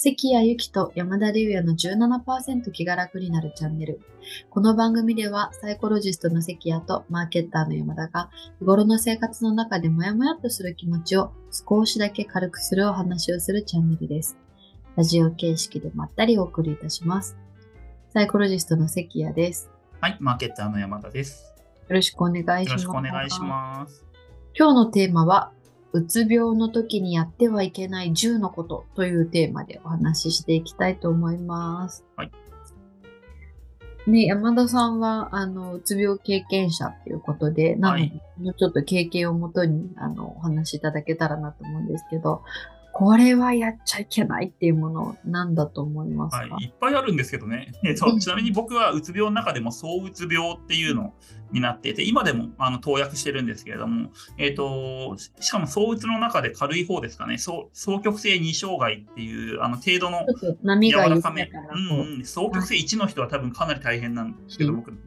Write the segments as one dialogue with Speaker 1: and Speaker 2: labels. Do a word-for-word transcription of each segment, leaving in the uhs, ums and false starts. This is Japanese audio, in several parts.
Speaker 1: 関谷由紀と山田龍也のじゅうななパーセント気が楽になるチャンネル。この番組ではサイコロジストの関谷とマーケッターの山田が日頃の生活の中でモヤモヤっとする気持ちを少しだけ軽くするお話をするチャンネルです。ラジオ形式でまったりお送りいたします。サイコロジストの関谷です。
Speaker 2: はい、マーケッターの山田です。
Speaker 1: よろしくお願いします。
Speaker 2: よろしくお願いします。
Speaker 1: 今日のテーマは、うつ病の時にやってはいけないじゅうのことというテーマでお話ししていきたいと思います。
Speaker 2: はい。
Speaker 1: ね、山田さんは、あの、うつ病経験者ということで、なので、はい、もうちょっと経験をもとに、あの、お話しいただけたらなと思うんですけど、これはやっちゃいけないっていうもの、なんだと思いますか？
Speaker 2: はい、いっぱいあるんですけどね。えっと、ちなみに僕はうつ病の中でも躁うつ病っていうのになっていて、今でもあの投薬してるんですけれども、えっと、しかも躁うつの中で軽い方ですかね。双極性に障害っていうあの程度の柔らかめ。うんうん。双極性いちの人は多分かなり大変なんですけど、僕、うん、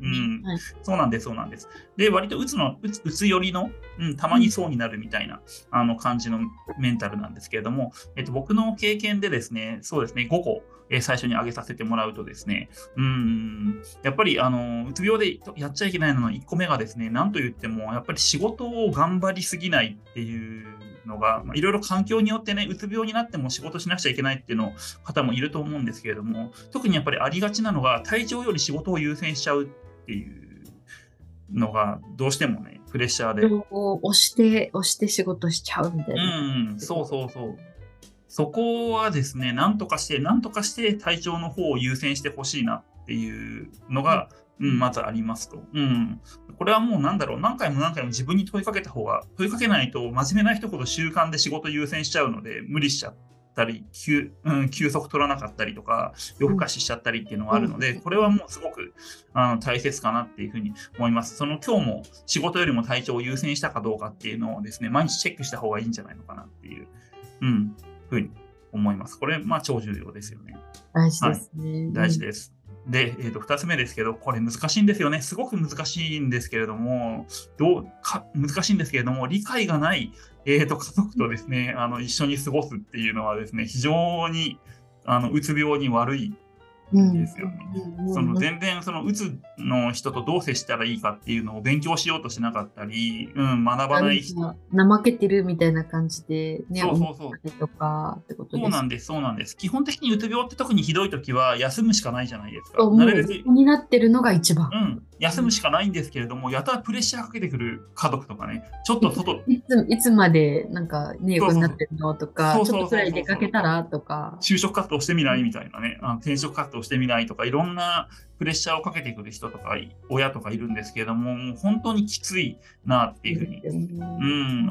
Speaker 2: はい、そうなんです、そうなんです。で、割とうつの、うつ、うつ寄りの、うん、たまにそうになるみたいな、あの感じのメンタルなんですけれども、えっと、僕の経験でですね、そうですね、ごこ、えー、最初に挙げさせてもらうとですね、うーん、やっぱり、あの、うつ病でやっちゃいけないののいっこめがですね、なんと言っても、やっぱり仕事を頑張りすぎないっていうのが、まあ、いろいろ環境によってね、うつ病になっても仕事しなくちゃいけないっていうの方もいると思うんですけれども、特にやっぱりありがちなのが、体調より仕事を優先しちゃうっていうのが、どうしてもね、プレッシャーで。
Speaker 1: 押して、押して仕事しちゃうみたいな。
Speaker 2: うん、そうそうそう。そこはですね、なんとかして、なんとかして体調の方を優先してほしいなっていうのが、うん、うん、まずありますと。うん。これはもうなんだろう、何回も何回も自分に問いかけた方が、問いかけないと真面目な人ほど習慣で仕事優先しちゃうので、無理しちゃったり、休、うん、休息取らなかったりとか、夜更かししちゃったりっていうのがあるので、これはもうすごくあの大切かなっていうふうに思います。その今日も仕事よりも体調を優先したかどうかっていうのをですね、毎日チェックした方がいいんじゃないのかなっていう。うん。ふうに思います。これ、まあ、超重要ですよね。
Speaker 1: 大事ですね。
Speaker 2: はい、大事です。で、えっと、二つ目ですけど、これ難しいんですよね。すごく難しいんですけれども、どうか、難しいんですけれども、理解がない、えっと、家族とですね、あの、一緒に過ごすっていうのはですね、非常に、あの、うつ病に悪いですよね。その全然そのうつの人とどう接したらいいかっていうのを勉強しようとしなかったり、うん、学ばない人。
Speaker 1: 怠けてるみたいな感じでね、
Speaker 2: そうそうそう。
Speaker 1: とかってことです。
Speaker 2: そうなんです、そうなんです。基本的にうつ病って特にひどい時は休むしかないじゃないですか。
Speaker 1: なるべく。になってるのが一番。
Speaker 2: うん。休むしかないんですけれども、やたらプレッシャーかけてくる家族とかね、ちょっと外。
Speaker 1: いつ、いつまでなんかね、横になってるのとか、ちょっとくらい出かけたらとか。
Speaker 2: 就職活動してみないみたいなね、あの転職活動してみないとか、いろんなプレッシャーをかけてくる人とか、親とかいるんですけれども、もう本当にきついなっていうふうに、うん、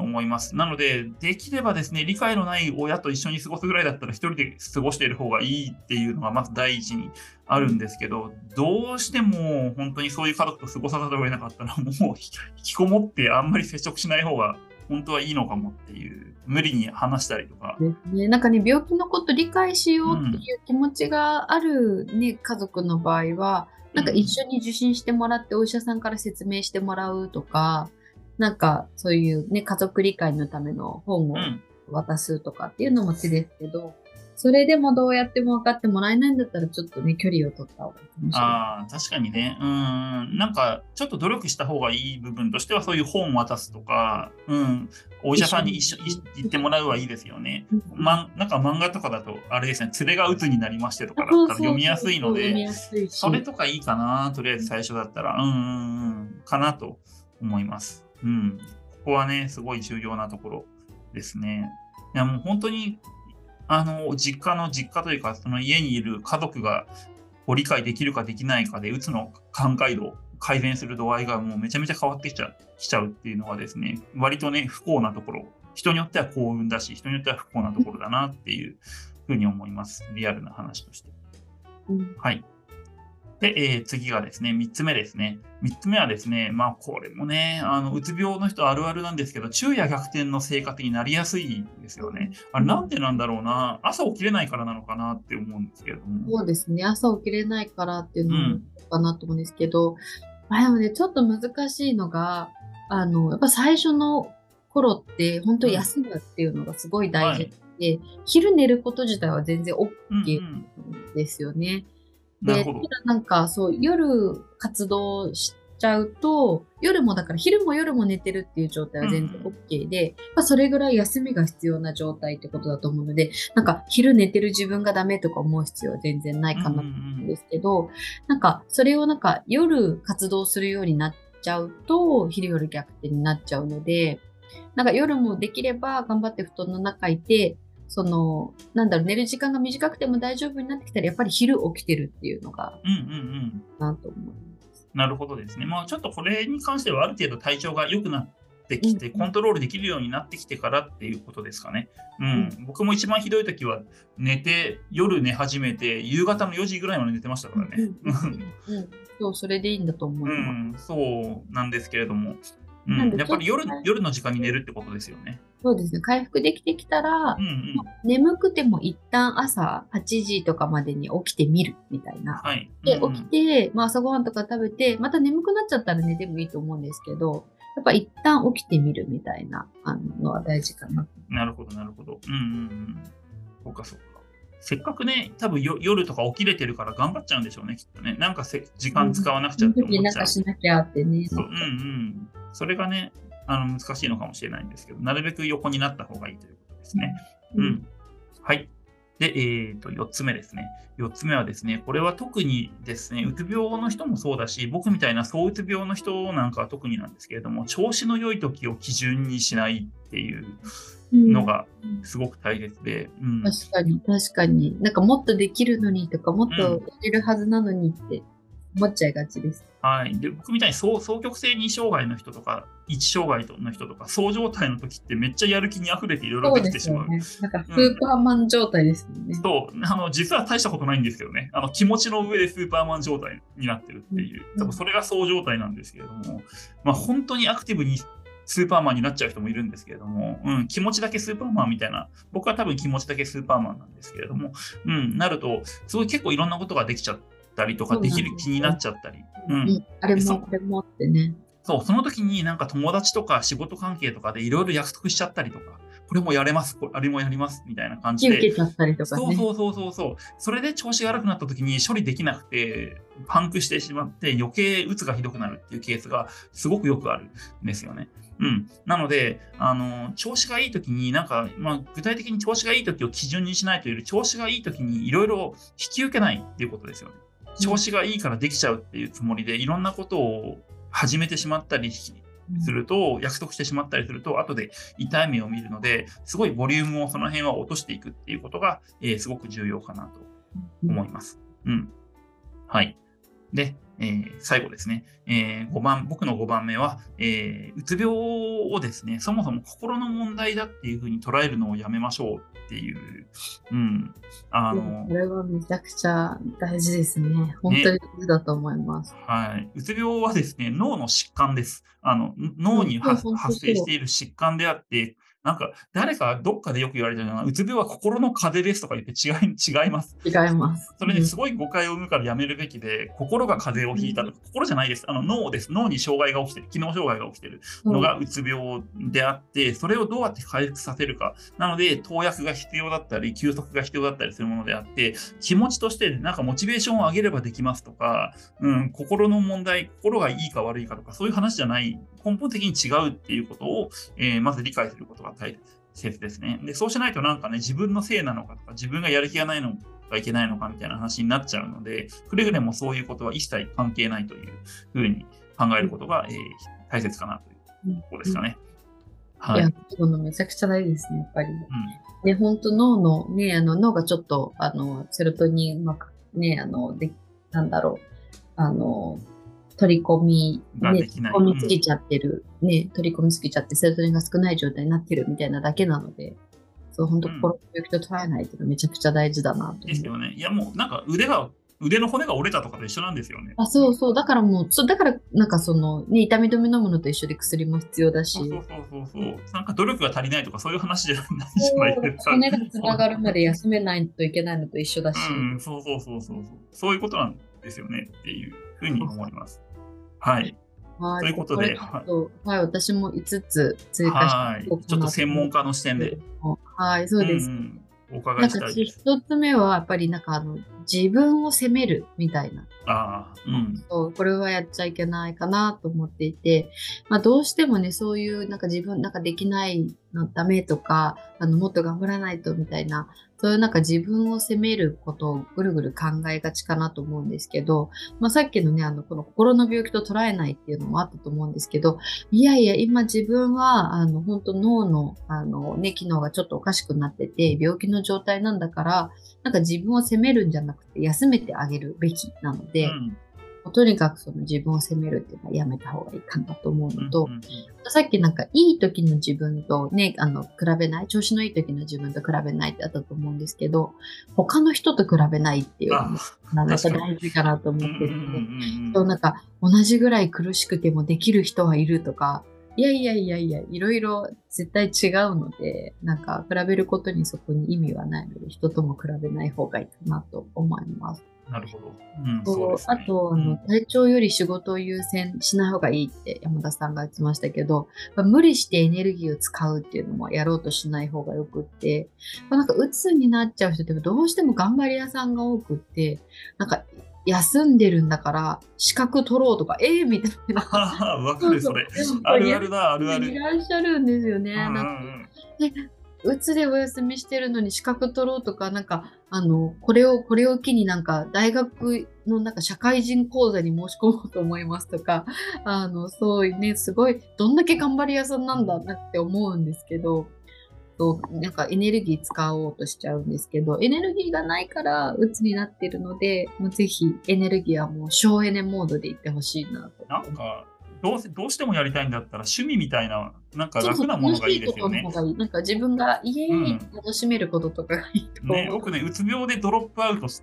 Speaker 2: 思います。なので、できればですね、理解のない親と一緒に過ごすぐらいだったら、一人で過ごしている方がいいっていうのがまず第一にあるんですけど、どうしても本当にそういう家族と過ごさざるを得なかったら、もう引きこもってあんまり接触しない方が本当はいいのかもっていう、無理に話したりとか。
Speaker 1: ね、なんかね、病気のこと理解しようっていう気持ちがあるね、うん、家族の場合は、なんか一緒に受診してもらってお医者さんから説明してもらうとか、なんかそういうね、家族理解のための本を渡すとかっていうのも手ですけど、うん、それでもどうやっても分かってもらえないんだったら、ちょっとね、距離を取った方がいいかもしれない。
Speaker 2: ああ、確かにね。うん。なんか、ちょっと努力した方がいい部分としては、そういう本を渡すとか、うん。お医者さんに一緒に行ってもらうはいいですよね。ま、なんか漫画とかだと、あれですね、連れが鬱になりましてとかだったら読みやすいので、それとかいいかな、とりあえず最初だったら。うんうんうん。かなと思います。うん。ここはね、すごい重要なところですね。いや、もう本当に、あの、実家の実家というか、その家にいる家族が、を理解できるかできないかで、うつの寛解度、改善する度合いがもうめちゃめちゃ変わってきちゃう、きちゃうっていうのはですね、割とね、不幸なところ、人によっては幸運だし、人によっては不幸なところだなっていうふうに思います。リアルな話として。うん、はい。で、えー、次がですね、みっつめですね。みっつめはですね、まあこれもね、あの、うつ病の人あるあるなんですけど、昼夜逆転の生活になりやすいんですよね。あれなんでなんだろうな、朝起きれないからなのかなって思うんですけれども。
Speaker 1: そうですね、朝起きれないからっていうのもかなと思うんですけど、うん、あでもね、ちょっと難しいのが、あの、やっぱ最初の頃って、本当に休むっていうのがすごい大事。うんはいで、昼寝ること自体は全然
Speaker 2: うんう
Speaker 1: OK
Speaker 2: ん。
Speaker 1: ですよね。で、ただ
Speaker 2: なるほど。
Speaker 1: なんかそう、夜活動しちゃうと、夜もだから昼も夜も寝てるっていう状態は全然
Speaker 2: うんうん。
Speaker 1: OK で、まあ、それぐらい休みが必要な状態ってことだと思うので、なんか昼寝てる自分がダメとか思う必要は全然ない
Speaker 2: うんうんう
Speaker 1: かなと思うん
Speaker 2: ん。
Speaker 1: ですけど、なんかそれをなんか夜活動するようになっちゃうと、昼夜逆転になっちゃうので、なんか夜もできれば頑張って布団の中いて、その、なんだろう、寝る時間が短くても大丈夫になってきたら、やっぱり昼起きてるっていうのが、
Speaker 2: うんうんうん。
Speaker 1: なと思います。
Speaker 2: なるほどですね。まあ、ちょっとこれに関してはある程度体調が良くなって
Speaker 1: うん、
Speaker 2: きて、コントロールできるようになってきてからっていうことですかね。う
Speaker 1: うん、
Speaker 2: ん。僕も一番ひどい時は寝て、夜寝始めて、夕方のよじぐらいまで寝てました
Speaker 1: うん、
Speaker 2: からね。
Speaker 1: うん、うん、うん。そう、それでいいんだと思
Speaker 2: う
Speaker 1: います。
Speaker 2: ん、そうなんですけれども、うん、
Speaker 1: なんで、ちょっと、
Speaker 2: やっぱり夜夜の時間に寝るってことですよね。
Speaker 1: そうですね、回復できてきたら、
Speaker 2: うんうん。
Speaker 1: 眠くても一旦朝はちじとかまでに起きてみるみたいな。
Speaker 2: はい。うんう
Speaker 1: で、起き
Speaker 2: ん。
Speaker 1: て、まあ、朝ごはんとか食べて、また眠くなっちゃったら寝てもいいと思うんですけど、やっぱ一旦起きてみるみたいなあののは大事かな。
Speaker 2: なるほどなるほど。うんうんうん。そうかそうか。せっかくね、多分よ夜とか起きれてるから頑張っちゃうんでしょうね、きっとね。なんかせ時間
Speaker 1: うん。
Speaker 2: 使わなく
Speaker 1: その
Speaker 2: ちゃって
Speaker 1: 時なんか
Speaker 2: 思っちゃう。
Speaker 1: しなきゃってね。
Speaker 2: そう、うんうん。それがね、あの、難しいのかもしれないんですけど、なるべく横になった方がいいということですね。
Speaker 1: うん。
Speaker 2: うん。はい。で、えっと、よっつめですね。よっつめはですね、これは特にですね、うつ病の人もそうだし、僕みたいな躁うつ病の人なんかは特になんですけれども、調子の良い時を基準にしないっていう
Speaker 1: うん。
Speaker 2: のがすごく大切で、うん。
Speaker 1: 確かに、確かに。なんかもっとできるのにとか、もっと
Speaker 2: うん。
Speaker 1: できるはずなのにって思っちゃいがちです。
Speaker 2: はい。で、僕みたいに双双極性認知障害の人とか、一障害の人とか、そう状態の時ってめっちゃやる気に溢れていろいろで
Speaker 1: そうで
Speaker 2: きてしまう。
Speaker 1: すよね。なんかス
Speaker 2: うん。
Speaker 1: ーパーマン状態ですもんね。
Speaker 2: そう、あの、実は大したことないんですけどね。あの、気持ちの上でスーパーマン状態になってるっ
Speaker 1: うん。
Speaker 2: ていう。
Speaker 1: うん。
Speaker 2: 多分それがそう状態なんですけれども、まあ本当にアクティブにスーパーマンになっちゃう人もいるんですけれども、うん、気持ちだけスーパーマンみたいな、僕は多分気持ちだけスーパーマンなんですけれども、うん、なると、すごい結構いろんなことができちゃったりとか、で
Speaker 1: そうなん
Speaker 2: きる気になっ
Speaker 1: ですよ。
Speaker 2: ちゃったり、
Speaker 1: うん。う
Speaker 2: うん。
Speaker 1: ん。あれ
Speaker 2: で、
Speaker 1: も、
Speaker 2: そ
Speaker 1: これもってね。
Speaker 2: そう、その時になんか友達とか仕事関係とかでいろいろ約束しちゃったりとか、これもやれます、これあれもやりますみたいな感じ
Speaker 1: 引き受
Speaker 2: で、
Speaker 1: けちゃったりとかね。
Speaker 2: そうそうそうそうそう。それで調子が悪くなった時に処理できなくて、パンクしてしまって余計鬱がひどくなるっていうケースがすごくよくあるんですよね。うん。なので、あの、調子がいい時になんか、まあ、具体的に調子がいい時を基準にしないというより、調子がいい時にいろいろ引き受けないっていうことですよね。
Speaker 1: うん。
Speaker 2: 調子がいいからできちゃうっていうつもりで、いろんなことを始めてしまったりす
Speaker 1: うん。
Speaker 2: ると、約束してしまったりすると、後で痛い目を見るので、すごいボリュームをその辺は落としていくっていうことが、えーすごく重要かなと
Speaker 1: うん。
Speaker 2: 思います。うん。はい。で、えー最後ですね。えーごばん、僕のごばんめは、えーうつ病をですね、そもそも心の問題だっていうふうに捉えるのをやめましょうっていう、うん。あ
Speaker 1: いや、
Speaker 2: の、
Speaker 1: これはめちゃくちゃ大事ですね。本当
Speaker 2: ね、
Speaker 1: に大事だと思います。
Speaker 2: はい。うつ病はですね、脳の疾患です。あの、脳
Speaker 1: うん。
Speaker 2: に
Speaker 1: そう、本当
Speaker 2: 発生し
Speaker 1: そう。
Speaker 2: ている疾患であって、なんか、誰かどっかでよく言われてるのは、うつ病は心の風邪ですとか言って違い、違います。
Speaker 1: 違います。
Speaker 2: それ
Speaker 1: うん。
Speaker 2: にすごい誤解を生むからやめるべきで、心が風邪をひいたとか、心じゃないです。あの脳です。脳に障害が起きてる、機能障害が起きてるの
Speaker 1: そう。
Speaker 2: がうつ病であって、それをどうやって回復させるか。なので、投薬が必要だったり、休息が必要だったりするものであって、気持ちとしてなんかモチベーションを上げればできますとか、うん、心の問題、心がいいか悪いかとか、そういう話じゃない、根本的に違うっていうことを、えーまず理解することが大切ですね。で、そうしないとなんかね、自分のせいなのかとか、自分がやる気がないのがいけないのかみたいな話になっちゃうので、くれぐれもそういうことは一切関係ないというふうに考えることが、えー大切かなという
Speaker 1: うん。
Speaker 2: ところで
Speaker 1: うん。
Speaker 2: すかね。
Speaker 1: いや、
Speaker 2: はい。
Speaker 1: 今のめちゃくちゃ大事ですね、やっぱり。
Speaker 2: うん。
Speaker 1: ね、本当脳の、ね、あの、脳がちょっと、あの、セロトニンうまく、ね、あの、で、なんだろう、あの、取り込み、ね、取り
Speaker 2: ができない。
Speaker 1: 込
Speaker 2: うん。
Speaker 1: みすぎちゃってる、ね、取り込みすぎちゃってセロトニンが少ない状態になってるみたいなだけなので、そう、本当
Speaker 2: うん。
Speaker 1: 心の病気と捉えないっていうのはめちゃくちゃ大事だなと思う。
Speaker 2: ですよね。いやもうなんか腕が、腕の骨が折れたとかと一緒なんですよね。
Speaker 1: あ、
Speaker 2: うん。
Speaker 1: そうそう。だからもう、そう、だから、なんかその、ね、痛み止め飲むのと一緒で薬も必要だし、
Speaker 2: そうそうそうそうそう。なんか努力が足りないとかそういう話じゃないじゃない
Speaker 1: そう、
Speaker 2: ですか。
Speaker 1: 骨がつながるまで休めないといけないのと一緒だし、
Speaker 2: うん、そうそうそうそうそう。そういうことなんですよねっていうふうに
Speaker 1: そうそ
Speaker 2: 思います。は
Speaker 1: う。
Speaker 2: い。
Speaker 1: はい。
Speaker 2: ということ
Speaker 1: これ
Speaker 2: で、
Speaker 1: ちょっ
Speaker 2: は
Speaker 1: と、はい、私もいつつ追加して
Speaker 2: はい。
Speaker 1: いこうか
Speaker 2: ちょっと
Speaker 1: なと思うんで
Speaker 2: 専門家の視
Speaker 1: すけれ
Speaker 2: 点で、
Speaker 1: ども、はい、そ
Speaker 2: うんう
Speaker 1: うです。
Speaker 2: ん、お伺い
Speaker 1: なんか
Speaker 2: したいです。
Speaker 1: 一つ目はやっぱりなんかあの自分を責めるみたいな。
Speaker 2: ああ、うん。
Speaker 1: そう、これはやっちゃいけないかなと思っていて、まあ、どうしてもね、そういうなんか自分なんかできないのダメとか、あのもっと頑張らないとみたいな、そういうなんか自分を責めることをぐるぐる考えがちかなと思うんですけど、まあ、さっきのね、あのこの心の病気と捉えないっていうのもあったと思うんですけど、いやいや、今自分はあの本当脳のあの、ね、機能がちょっとおかしくなってて、病気の状態なんだから、なんか自分を責めるんじゃなくて休めてあげるべきなので、
Speaker 2: うん。
Speaker 1: とにかくその自分を責めるっていうのはやめた方がいいかなと思う
Speaker 2: うん。
Speaker 1: のと、
Speaker 2: うん。
Speaker 1: さっきなんかいい時の自分とね、あの、比べない、調子のいい時の自分と比べないってあったと思うんですけど、他の人と比べないっていうの
Speaker 2: あ
Speaker 1: も、まあ、
Speaker 2: あ、
Speaker 1: なんか
Speaker 2: 確かに。
Speaker 1: 大事かなと
Speaker 2: うんうん
Speaker 1: 思ってて、
Speaker 2: うん
Speaker 1: そうなんか同じぐらい苦しくてもできる人はいるとか、いやいやいやいや、いろいろ絶対違うので、なんか比べることにそこに意味はないので、人とも比べない方がいいかなと思います。
Speaker 2: うん。なるほど。うん、そう
Speaker 1: そう
Speaker 2: ですね。
Speaker 1: あと、あの、
Speaker 2: うん。
Speaker 1: 体調より仕事を優先しない方がいいって山田さんが言ってましたけど、まあ無理してエネルギーを使うっていうのもやろうとしない方がよくって、まあなんか鬱になっちゃう人ってどうしても頑張り屋さんが多くって、なんか休んでるんだから資格取ろうとか、ええー、みたいな。
Speaker 2: ははわかる、
Speaker 1: そうそう。
Speaker 2: それ。
Speaker 1: でもこ
Speaker 2: あ
Speaker 1: れやる
Speaker 2: るあるだ、ある
Speaker 1: 人
Speaker 2: ある。
Speaker 1: いらっしゃるんですよ
Speaker 2: うんう
Speaker 1: ね。なんか
Speaker 2: ん
Speaker 1: で、うつでお休みしてるのに資格取ろうとか、なんか、あの、これを、これを機になんか、大学のなんか社会人講座に申し込もうと思いますとか、あの、そういうね、すごい、どんだけ頑張り屋さんなんだなって思うんですけど、そう、なんかエネルギー使おうとしちゃうんですけど、エネルギーがないから鬱になってるので、もうぜひエネルギーはもう省エネモードでいってほしいなと。
Speaker 2: なんか、どうせ、どうしてもやりたいんだったら趣味みたいな、なんか
Speaker 1: そうそう、
Speaker 2: 楽なものがいい
Speaker 1: 楽しいこ
Speaker 2: ですよね。
Speaker 1: との方がいい。なんか自分が家に
Speaker 2: うん。
Speaker 1: 楽しめることとかがいいと
Speaker 2: ね、
Speaker 1: 思う。
Speaker 2: 僕ね、うつ病でドロップアウトして、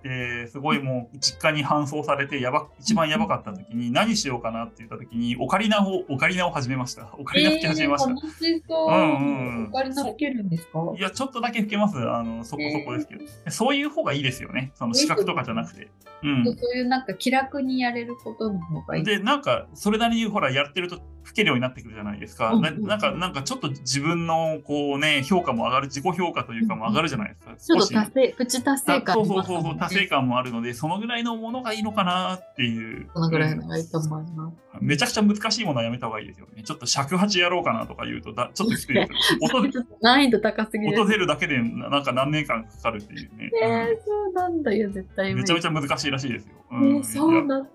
Speaker 2: すごいもう実家に搬送されて、やば、一番やばかった時に、何しようかなって言った時に、オカリナを、オカリナを始めました。オカリナ吹き始め
Speaker 1: えー、
Speaker 2: ました。
Speaker 1: 楽し
Speaker 2: う
Speaker 1: そう。
Speaker 2: んうん。
Speaker 1: オカリナ
Speaker 2: そ
Speaker 1: 吹けるんですか？
Speaker 2: う。いや、ちょっとだけ吹けます。あの、そこそこですけど。そういう方がいいですよね。その
Speaker 1: えー、
Speaker 2: 資格とかじゃなくて。う
Speaker 1: そう
Speaker 2: ん。
Speaker 1: そういうなんか気楽にやれることの方がいい。
Speaker 2: で、なんか、それなりにほら、やってると吹けるようになってくるじゃないですか。
Speaker 1: うんう
Speaker 2: ななんか、
Speaker 1: んうん。
Speaker 2: なんかちょっと自分の、こうね、評価も上がる、自己評価というかも上がるじゃないですか。
Speaker 1: ちょっと
Speaker 2: 少し。
Speaker 1: 達成、プチ達成
Speaker 2: たそう
Speaker 1: 感あります
Speaker 2: そうそうそう、
Speaker 1: もんね。
Speaker 2: 達成感もあるので、そのぐらいのものがいいのかなっていう。
Speaker 1: そのぐらいの
Speaker 2: うん。
Speaker 1: がいいと思います。
Speaker 2: めちゃくちゃ難しいものはやめた方がいいですよね。ちょっと尺八やろうかなとか言うとだ、ちょっときついですよ。音、
Speaker 1: ちょっと難易度高すぎです。
Speaker 2: 音出るだけでなんか何年間かかるっていうね。
Speaker 1: えー、そうなんだよ、絶対
Speaker 2: うん。めちゃ
Speaker 1: 無理。
Speaker 2: めちゃ難しいらしいですよ。う
Speaker 1: えー、
Speaker 2: ん。いや、
Speaker 1: そうだった。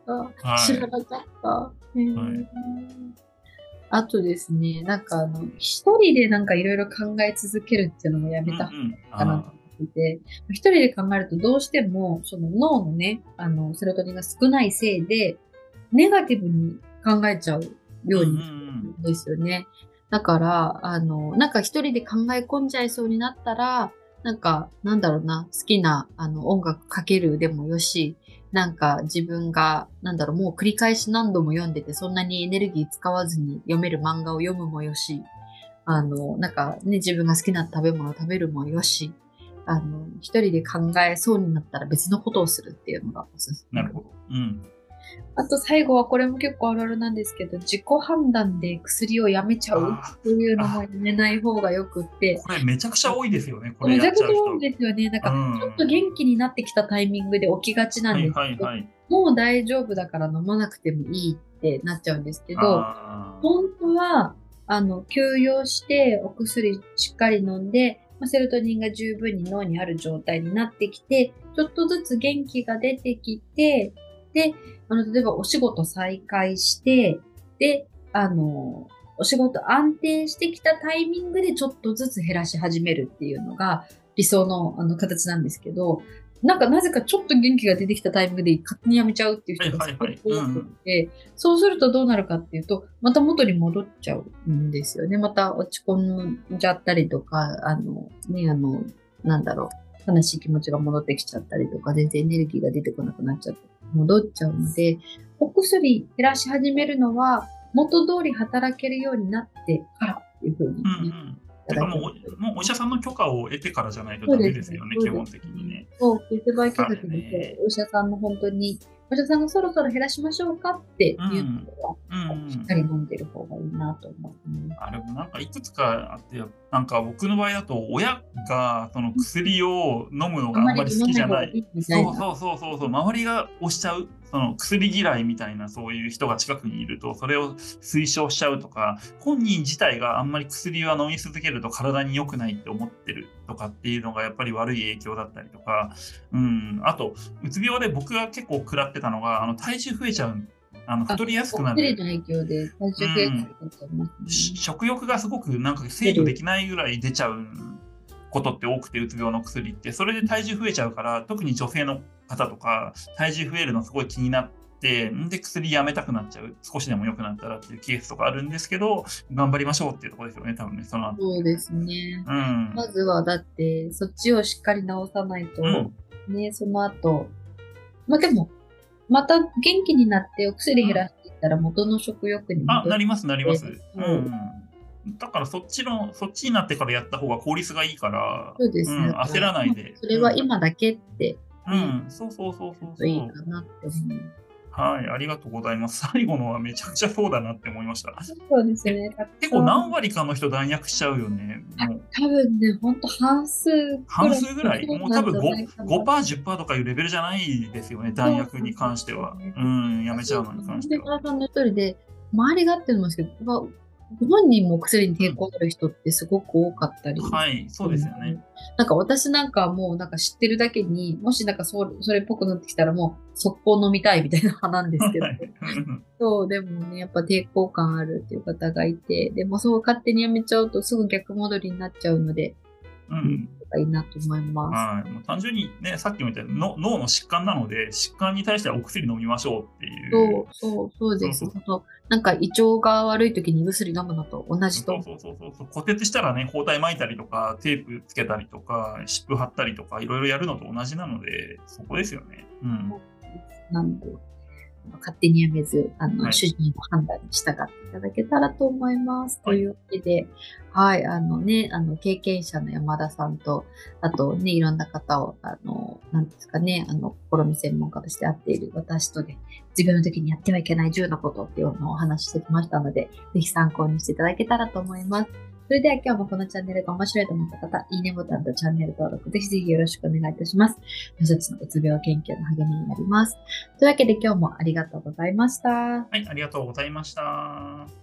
Speaker 1: 知
Speaker 2: はい。
Speaker 1: らなかった。えー、
Speaker 2: はい。
Speaker 1: あとですね、なんかあの、一人でなんかいろいろ考え続けるっていうのもやめた方がい
Speaker 2: うんうん。
Speaker 1: いかなと
Speaker 2: あ
Speaker 1: 思ってて、一人で考えるとどうしても、その脳のね、あの、セロトニンが少ないせいで、ネガティブに考えちゃう
Speaker 2: あ。うんうんう
Speaker 1: ようになる
Speaker 2: ん。
Speaker 1: んですよね。だから、あの、なんか一人で考え込んじゃいそうになったら、なんか、なんだろうな、好きな、あの、音楽かけるでもよし、なんか自分が、なんだろう、もう繰り返し何度も読んでて、そんなにエネルギー使わずに読める漫画を読むもよし、あの、なんかね、自分が好きな食べ物を食べるもよし、あの、一人で考えそうになったら別のことをするっていうのがおすすめ。
Speaker 2: なるほど。うん。
Speaker 1: あと最後はこれも結構あるあるなんですけど、自己判断で薬をやめちゃう
Speaker 2: あ
Speaker 1: っていうのも
Speaker 2: あ。
Speaker 1: やめない方がよくって、
Speaker 2: これめちゃくちゃ多いですよね。これ
Speaker 1: めちゃくちゃ
Speaker 2: やっちゃう人。
Speaker 1: 多いですよね。なん
Speaker 2: う
Speaker 1: か、ちょっと
Speaker 2: ん。
Speaker 1: 元気になってきたタイミングで起きがちな
Speaker 2: はい
Speaker 1: んですけど、
Speaker 2: はいはい。
Speaker 1: もう大丈夫だから飲まなくてもいいってなっちゃうんですけど、
Speaker 2: ああ。
Speaker 1: 本当は、あの、休養してお薬しっかり飲んで、まあセロトニンが十分に脳にある状態になってきて、ちょっとずつ元気が出てきて、で、あの、例えばお仕事再開して、で、あの、お仕事安定してきたタイミングでちょっとずつ減らし始めるっていうのが理想のあの形なんですけど、なんかなぜかちょっと元気が出てきたタイミングで勝手にやめちゃうっていう
Speaker 2: はい
Speaker 1: 人が
Speaker 2: はいはい。
Speaker 1: すごく多く
Speaker 2: うん。
Speaker 1: て、そうするとどうなるかっていうと、また元に戻っちゃうんですよね。また落ち込んじゃったりとか、あの、ね、あの、なんだろう、悲しい気持ちが戻ってきちゃったりとか、全然エネルギーが出てこなくなっちゃって、戻っちゃうので、お薬減らし始めるのは、元通り働けるようになってからっていうふうに、ね、
Speaker 2: うんうん。てかもう、もうお医者さんの許可を得てからじゃないとダメですよね、基本的にね。
Speaker 1: そう、ケースバイケース
Speaker 2: あれ
Speaker 1: で、
Speaker 2: ね。
Speaker 1: お医者さんの本当に、 お医者さんがそろそろ減らしましょうかって
Speaker 2: う
Speaker 1: いう
Speaker 2: ん。
Speaker 1: のは、
Speaker 2: うん。
Speaker 1: しっかり飲んでる方がいいなと思うね。
Speaker 2: あれもなんかいくつかあって、なんか僕の場合だと親がその薬を飲むの
Speaker 1: あんま
Speaker 2: があんまり好
Speaker 1: り飲まない
Speaker 2: きじゃない。
Speaker 1: 方がいいみたいな。
Speaker 2: そうそうそうそうそう、周りが押しちゃう。その薬嫌いみたいなそういう人が近くにいると、それを推奨しちゃうとか、本人自体があんまり薬は飲み続けると体に良くないって思ってるとかっていうのがやっぱり悪い影響だったりとか、うん、あと、うつ病で僕が結構食らってたのが、あの体重増えちゃう。あの
Speaker 1: あ、
Speaker 2: 太りやすく
Speaker 1: お
Speaker 2: なる。
Speaker 1: 薬の影響で体
Speaker 2: う
Speaker 1: 重増えた
Speaker 2: ん。
Speaker 1: りとかます
Speaker 2: し
Speaker 1: ね。
Speaker 2: 食欲がすごくなんか制御で
Speaker 1: 出る。
Speaker 2: きないぐらい出ちゃうことって多くて、うつ病の薬って。それで体重増えちゃうから、特に女性の方とか、体重増えるのすごい気になって、んで薬やめたくなっちゃう。少しでも良くなったらっていうケースとかあるんですけど、頑張りましょうっていうところですよね、多分ね、その後。
Speaker 1: そうですね。
Speaker 2: うん。
Speaker 1: まずはだって、そっちをしっかり治さないと、
Speaker 2: うん。
Speaker 1: ね、その後、まあでも、また元気になってお薬減ら
Speaker 2: うん。
Speaker 1: していったら元の食欲に
Speaker 2: あ、
Speaker 1: 戻っ
Speaker 2: なります、なります。
Speaker 1: て、
Speaker 2: うん
Speaker 1: そう、
Speaker 2: うん。だからそっちの、そっちになってからやった方が効率がいいから、
Speaker 1: そうですね。
Speaker 2: うん、焦
Speaker 1: だから、まあ
Speaker 2: らないで。
Speaker 1: それは
Speaker 2: うん。
Speaker 1: 今だけってね、
Speaker 2: うん。そうそうそうそう
Speaker 1: といい
Speaker 2: そう。
Speaker 1: かなって思う。
Speaker 2: はい、ありがとうございます。最後のはめちゃくちゃそうだなって思いました。
Speaker 1: そうです
Speaker 2: え、
Speaker 1: ね。たく
Speaker 2: 結構何
Speaker 1: さん、
Speaker 2: 割かの人弾薬しちゃうよね。
Speaker 1: あ、
Speaker 2: もう
Speaker 1: 多分ね、ほんと半数く
Speaker 2: 半
Speaker 1: らい
Speaker 2: 数ぐらい。
Speaker 1: そう
Speaker 2: もう多分
Speaker 1: なんじゃな
Speaker 2: ご、
Speaker 1: いかな。
Speaker 2: ごパーセント、じゅっパーセントとかいうレベルじゃないですよね。弾
Speaker 1: そう
Speaker 2: 薬に
Speaker 1: なんで
Speaker 2: 関しては。
Speaker 1: すよね。
Speaker 2: うん、やめちゃう
Speaker 1: 私、
Speaker 2: のに関
Speaker 1: 本
Speaker 2: しては。
Speaker 1: 当に原さんの一人で、周りがっていうのもですけど、まあご本人も薬に
Speaker 2: うん。
Speaker 1: 抵抗ある人ってすごく多かったり、
Speaker 2: はい、そうですよね。
Speaker 1: なんか私なんかもうなんか知ってるだけに、もしなんかそれ、それっぽくなってきたらもう速攻飲みたいみたいな派なんですけど、
Speaker 2: はい。うん
Speaker 1: そう、でもね、やっぱ抵抗感あるっていう方がいて、でもそう勝手にやめちゃうとすぐ逆戻りになっちゃうので、うん、
Speaker 2: うん。
Speaker 1: いいなと思います。
Speaker 2: はい。もう単純にね、さっきも言ったようにの脳の疾患なので、疾患に対してはお薬飲みましょうっていう。
Speaker 1: そう、そう、そうです。
Speaker 2: そうそう
Speaker 1: そう、なんか胃腸が悪い時に胃薬飲むのと同じと。
Speaker 2: そうそうそうそうそう。骨折したらね、包帯巻いたりとか、テープつけたりとか、湿布貼ったりとか、いろいろやるのと同じなので、そこですよね。うん。
Speaker 1: なので、勝手にやめず、あの、
Speaker 2: はい。
Speaker 1: 主治医の判断に従っていただけたらと思います。と
Speaker 2: はい。
Speaker 1: いうわけで、はい、あのね、あの、経験者の山田さんと、あとね、いろんな方を、あの、なんですかね、あの、心の専門家として会っている私とで、自分の時にやってはいけないじゅうのことっていうのをお話ししてきましたので、ぜひ参考にしていただけたらと思います。それでは今日もこのチャンネルが面白いと思った方、いいねボタンとチャンネル登録、ぜひぜひよろしくお願いいたします。私たちのうつ病研究の励みになります。というわけで今日もありがとうございました。
Speaker 2: はい、ありがとうございました。